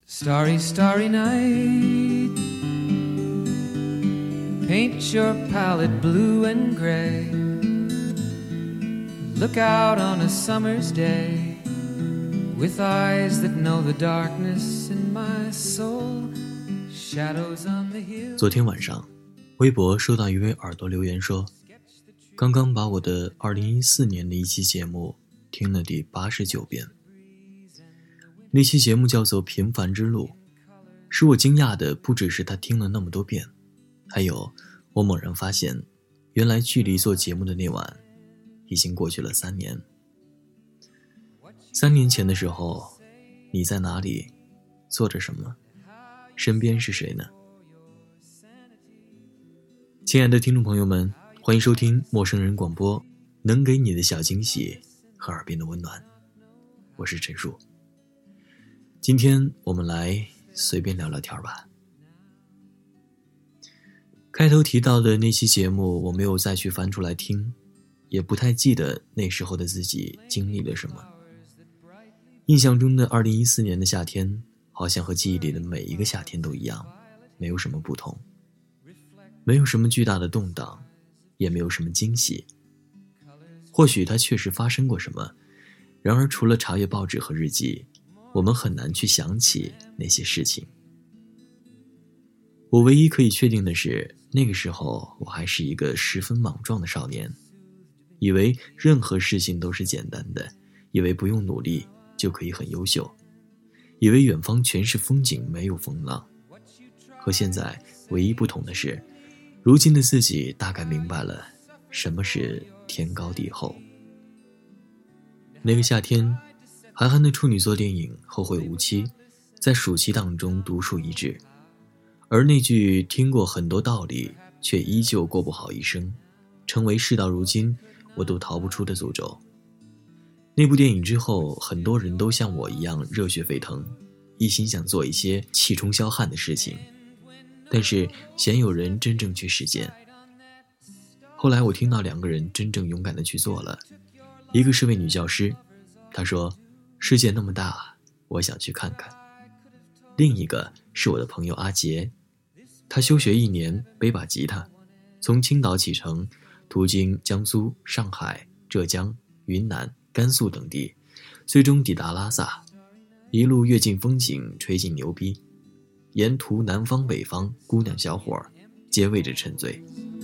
Starry, starry night, paint your palette blue and gray. Look out on a summer's day, with eyes that know the darkness in my soul, shadows on the hill. 昨天晚上，微博收到一位耳朵留言说，刚刚把我的2014年的一期节目听了第89遍。那期节目叫做《平凡之路》，使我惊讶的不只是他听了那么多遍，还有我猛然发现，原来距离做节目的那晚已经过去了3年。3年前的时候，你在哪里，做着什么，身边是谁呢？亲爱的听众朋友们，欢迎收听陌生人广播，能给你的小惊喜和耳边的温暖，我是陈述。今天我们来随便聊聊天吧。开头提到的那期节目我没有再去翻出来听，也不太记得那时候的自己经历了什么。印象中的2014年的夏天，好像和记忆里的每一个夏天都一样，没有什么不同，没有什么巨大的动荡，也没有什么惊喜。或许它确实发生过什么，然而除了查阅报纸和日记，我们很难去想起那些事情。我唯一可以确定的是，那个时候我还是一个十分莽撞的少年，以为任何事情都是简单的，以为不用努力就可以很优秀，以为远方全是风景，没有风浪。和现在唯一不同的是，如今的自己大概明白了什么是天高地厚。那个夏天，韩寒的处女作电影《后会无期》在暑期档中独树一帜，而那句听过很多道理却依旧过不好一生，成为事到如今我都逃不出的诅咒。那部电影之后，很多人都像我一样热血沸腾，一心想做一些气冲霄汉的事情，但是鲜有人真正去实践。后来我听到2个人真正勇敢地去做了，一个是位女教师，她说世界那么大，我想去看看。另一个是我的朋友阿杰，他休学1年，背把吉他，从青岛启程，途经江苏、上海、浙江、云南、甘肃等地，最终抵达拉萨，一路阅尽风景，吹尽牛逼，沿途南方北方姑娘小伙皆为之沉醉。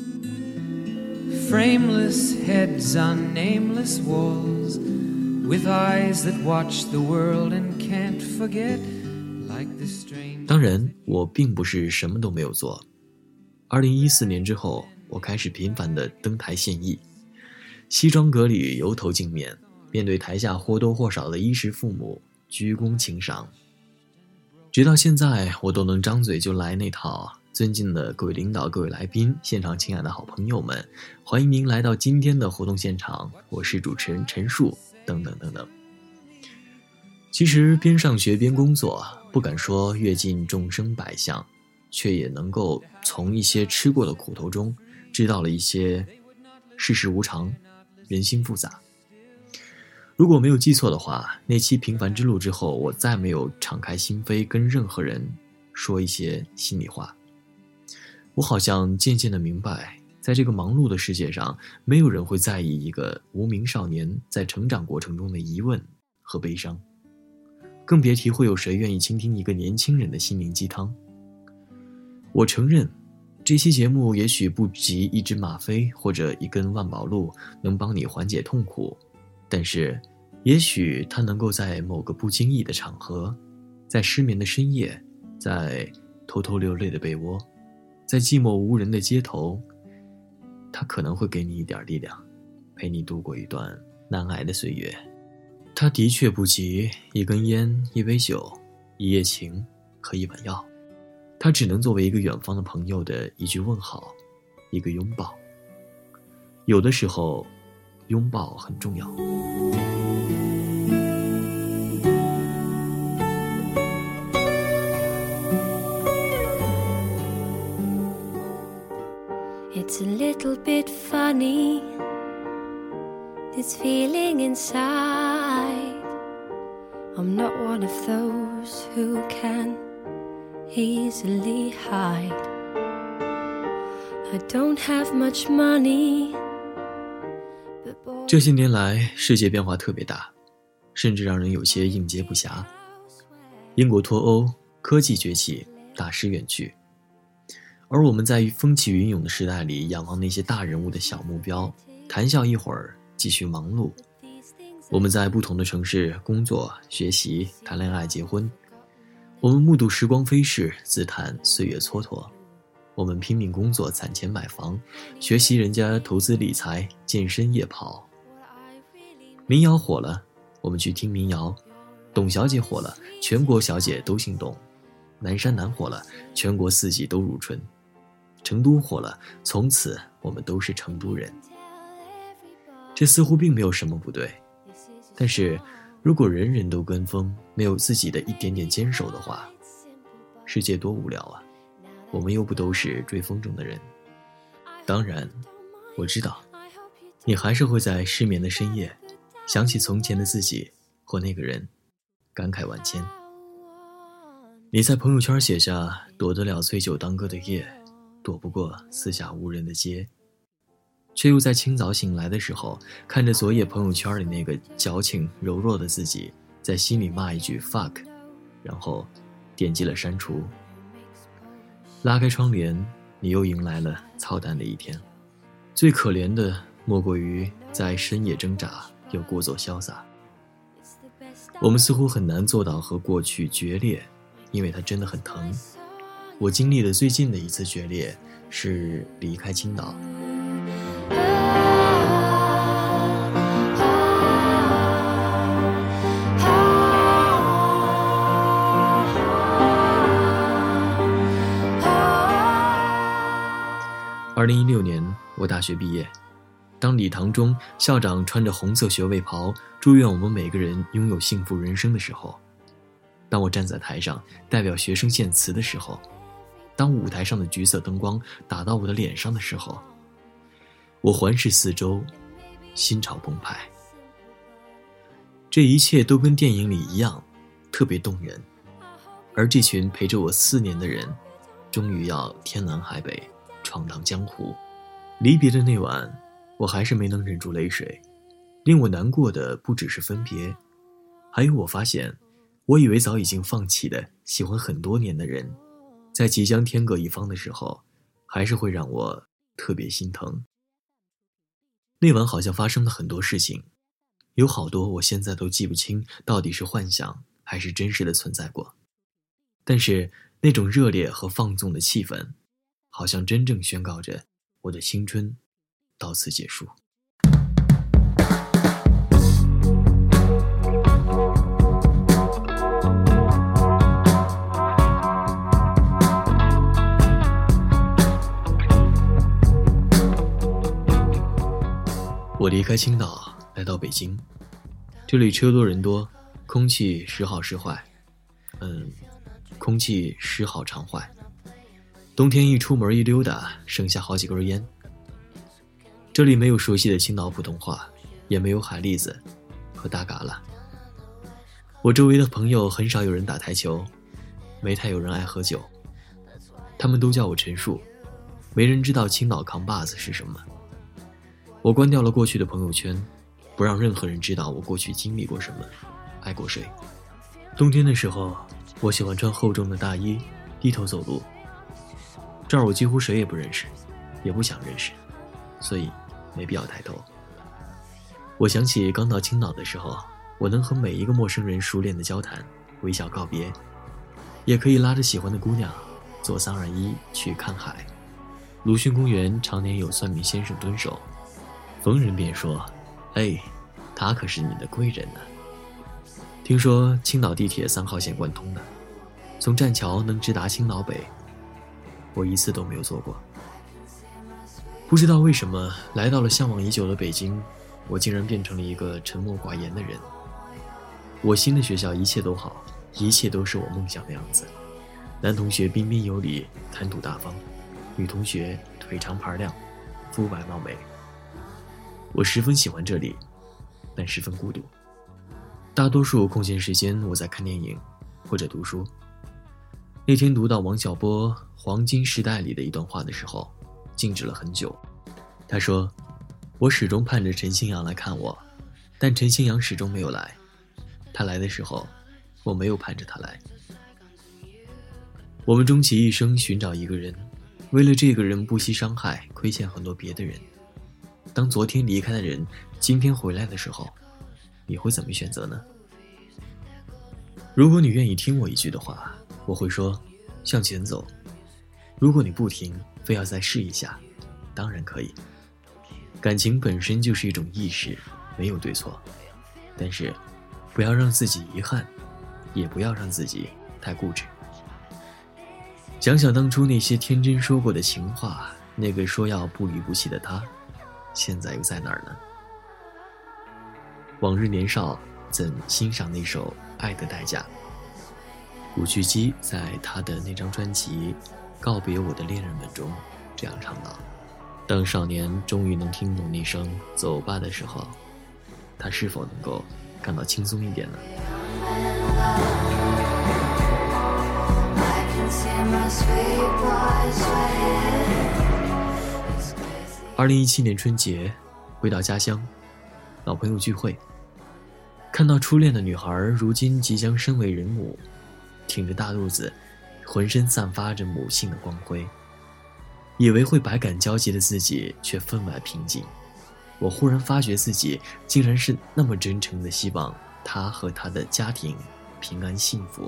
Frameless heads on nameless walls, with eyes that watch the world and can't forget, like the strange... 当然我并不是什么都没有做。2014年之后，我开始频繁地登台献艺，西装革履，油头镜面，面对台下或多或少的衣食父母，鞠躬请赏。直到现在，我都能张嘴就来那套尊敬的各位领导、各位来宾、现场亲爱的好朋友们，欢迎您来到今天的活动现场，我是主持人陈述，等等等等。其实边上学边工作，不敢说阅尽众生百相，却也能够从一些吃过的苦头中知道了一些世事无常，人心复杂。如果没有记错的话，那期平凡之路之后，我再没有敞开心扉跟任何人说一些心里话。我好像渐渐地明白，在这个忙碌的世界上，没有人会在意一个无名少年在成长过程中的疑问和悲伤，更别提会有谁愿意倾听一个年轻人的心灵鸡汤。我承认，这期节目也许不及一支吗啡或者一根万宝路能帮你缓解痛苦，但是也许它能够在某个不经意的场合，在失眠的深夜，在偷偷流泪的被窝，在寂寞无人的街头，它可能会给你一点力量，陪你度过一段难挨的岁月。它的确不及一根烟、一杯酒、一夜情和一碗药，它只能作为一个远方的朋友的一句问好，一个拥抱。有的时候，拥抱很重要。 It's a little bit funny, this feeling inside. I'm not one of those who can easily hide. I don't have much money, but boy, 这些年来，世界变化特别大，甚至让人有些应接不暇。英国脱欧，科技崛起，大师远去，而我们在风起云涌的时代里，仰望那些大人物的小目标，谈笑一会儿，继续忙碌。我们在不同的城市工作、学习、谈恋爱、结婚。我们目睹时光飞逝，自叹岁月蹉跎。我们拼命工作，攒钱买房，学习人家投资理财，健身夜跑。民谣火了，我们去听民谣；董小姐火了，全国小姐都姓董；南山南火了，全国四季都如春；成都火了，从此我们都是成都人。这似乎并没有什么不对，但是如果人人都跟风，没有自己的一点点坚守的话，世界多无聊啊！我们又不都是追风筝的人。当然，我知道，你还是会在失眠的深夜，想起从前的自己或那个人，感慨万千。你在朋友圈写下躲得了醉酒当歌的夜，躲不过四下无人的街，却又在清早醒来的时候，看着昨夜朋友圈里那个矫情柔弱的自己，在心里骂一句 fuck， 然后点击了删除。拉开窗帘，你又迎来了操蛋的一天。最可怜的莫过于在深夜挣扎又故作潇洒。我们似乎很难做到和过去决裂，因为它真的很疼。我经历的最近的一次决裂是离开青岛。2016年，我大学毕业。当礼堂中校长穿着红色学位袍，祝愿我们每个人拥有幸福人生的时候，当我站在台上代表学生献词的时候，当舞台上的橘色灯光打到我的脸上的时候，我环视四周，心潮澎湃。这一切都跟电影里一样，特别动人。而这群陪着我4年的人，终于要天南海北，闯荡江湖。离别的那晚，我还是没能忍住泪水。令我难过的不只是分别，还有我发现，我以为早已经放弃的喜欢很多年的人，在即将天各一方的时候，还是会让我特别心疼。那晚好像发生了很多事情，有好多我现在都记不清到底是幻想还是真实的存在过。但是那种热烈和放纵的气氛，好像真正宣告着我的青春到此结束。我离开青岛来到北京，这里车多人多，空气时好时坏，空气时好常坏。冬天一出门一溜达，剩下好几根烟。这里没有熟悉的青岛普通话，也没有海蛎子和大嘎啦。我周围的朋友很少有人打台球，没太有人爱喝酒，他们都叫我陈树，没人知道青岛扛把子是什么。我关掉了过去的朋友圈，不让任何人知道我过去经历过什么，爱过谁。冬天的时候，我喜欢穿厚重的大衣，低头走路。这儿我几乎谁也不认识，也不想认识，所以没必要抬头。我想起刚到青岛的时候，我能和每一个陌生人熟练的交谈，微笑告别，也可以拉着喜欢的姑娘坐321去看海。鲁迅公园常年有算命先生蹲守，逢人便说：“哎，他可是你的贵人呢。”听说青岛地铁3号线贯通的，从栈桥能直达青岛北，我一次都没有坐过。不知道为什么，来到了向往已久的北京，我竟然变成了一个沉默寡言的人。我新的学校一切都好，一切都是我梦想的样子。男同学彬彬有礼，谈吐大方；女同学腿长盘亮，肤白貌美。我十分喜欢这里，但十分孤独。 大多数空闲时间我在看电影或者读书。那天读到王小波《黄金时代》里的一段话的时候，静止了很久。他说，我始终盼着陈星阳来看我，但陈星阳始终没有来。他来的时候，我没有盼着他来。我们终其一生寻找一个人，为了这个人不惜伤害，亏欠很多别的人。当昨天离开的人今天回来的时候，你会怎么选择呢？如果你愿意听我一句的话，我会说向前走。如果你不听，非要再试一下，当然可以。感情本身就是一种意识，没有对错，但是不要让自己遗憾，也不要让自己太固执。想想当初那些天真说过的情话，那个说要不离不弃的他，现在又在哪儿呢？往日年少，怎欣赏那首《爱的代价》？古巨基在他的那张专辑《告别我的恋人们》中这样唱道：当少年终于能听懂那声走吧的时候，他是否能够感到轻松一点呢？2017年春节，回到家乡，老朋友聚会，看到初恋的女孩如今即将身为人母，挺着大肚子，浑身散发着母性的光辉。以为会百感交集的自己却分外平静。我忽然发觉自己竟然是那么真诚地希望她和她的家庭平安幸福。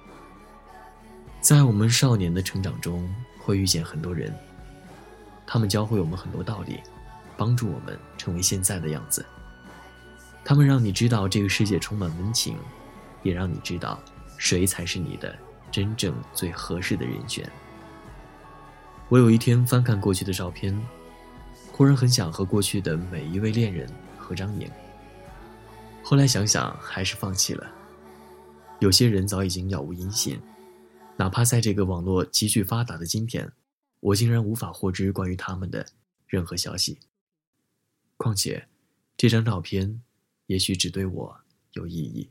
在我们少年的成长中，会遇见很多人，他们教会我们很多道理，帮助我们成为现在的样子。他们让你知道这个世界充满温情，也让你知道谁才是你的真正最合适的人选。我有一天翻看过去的照片，忽然很想和过去的每一位恋人合张影。后来想想还是放弃了。有些人早已经杳无音信，哪怕在这个网络极具发达的今天，我竟然无法获知关于他们的任何消息。况且这张照片也许只对我有意义。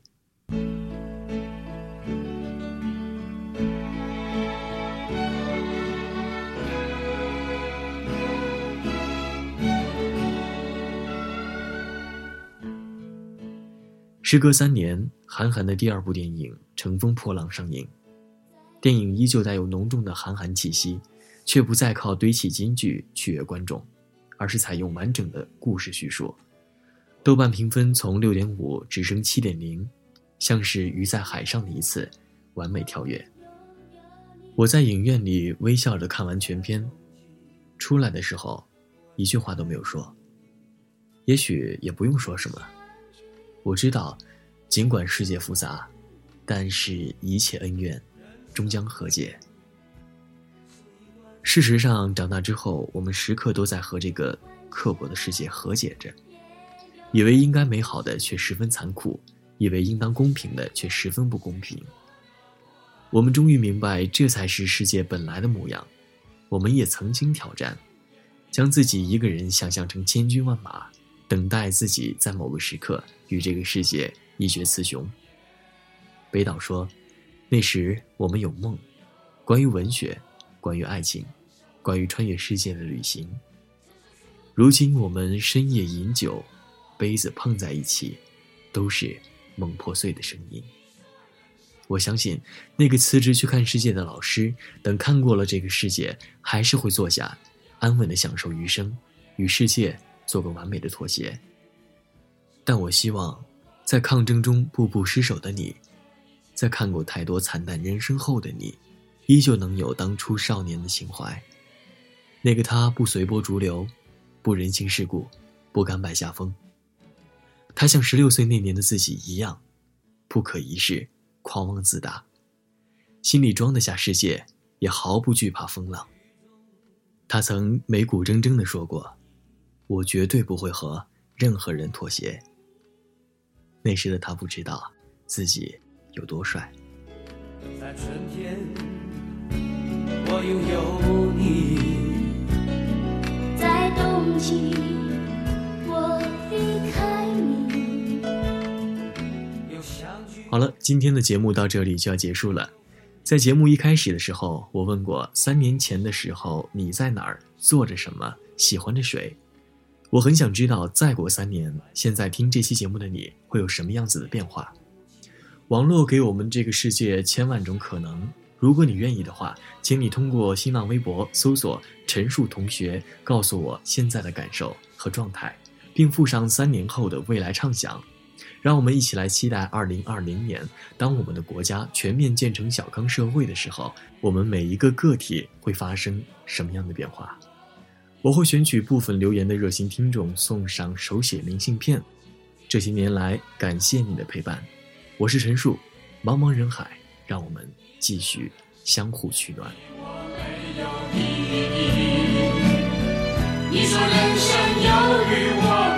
时隔3年，韩寒的第2部电影《乘风破浪》上映。电影依旧带有浓重的韩寒气息，却不再靠堆砌金句取悦观众，而是采用完整的故事叙述。豆瓣评分从 6.5 只升 7.0， 像是鱼在海上的一次完美跳跃。我在影院里微笑着看完全片，出来的时候一句话都没有说，也许也不用说什么。我知道，尽管世界复杂，但是一切恩怨终将和解。事实上，长大之后，我们时刻都在和这个刻薄的世界和解着，以为应该美好的却十分残酷，以为应当公平的却十分不公平。我们终于明白，这才是世界本来的模样。我们也曾经挑战，将自己一个人想象成千军万马，等待自己在某个时刻与这个世界一决雌雄。北岛说，那时我们有梦，关于文学，关于爱情，关于穿越世界的旅行。如今我们深夜饮酒，杯子碰在一起，都是梦破碎的声音。我相信那个辞职去看世界的老师，等看过了这个世界，还是会坐下安稳地享受余生，与世界做个完美的妥协。但我希望在抗争中步步失守的你，在看过太多惨淡人生后的你，依旧能有当初少年的情怀。那个他不随波逐流，不人情世故，不甘拜下风。他像16岁那年的自己一样，不可一世，狂妄自大，心里装得下世界，也毫不惧怕风浪。他曾眉骨铮铮地说过，我绝对不会和任何人妥协。那时的他不知道自己有多帅。 在春天我拥有你， 在冬季我离开你， 好了，今天的节目到这里就要结束了。在节目一开始的时候，我问过3年前的时候你在哪儿，做着什么，喜欢着谁。我很想知道再过3年，现在听这期节目的你会有什么样子的变化。网络给我们这个世界千万种可能，如果你愿意的话，请你通过新浪微博搜索陈述同学，告诉我现在的感受和状态，并附上3年后的未来畅想。让我们一起来期待2020年，当我们的国家全面建成小康社会的时候，我们每一个个体会发生什么样的变化。我会选取部分留言的热心听众送上手写明信片。这些年来，感谢你的陪伴。我是陈述，茫茫人海，让我们继续相互取暖。 你说人生有与我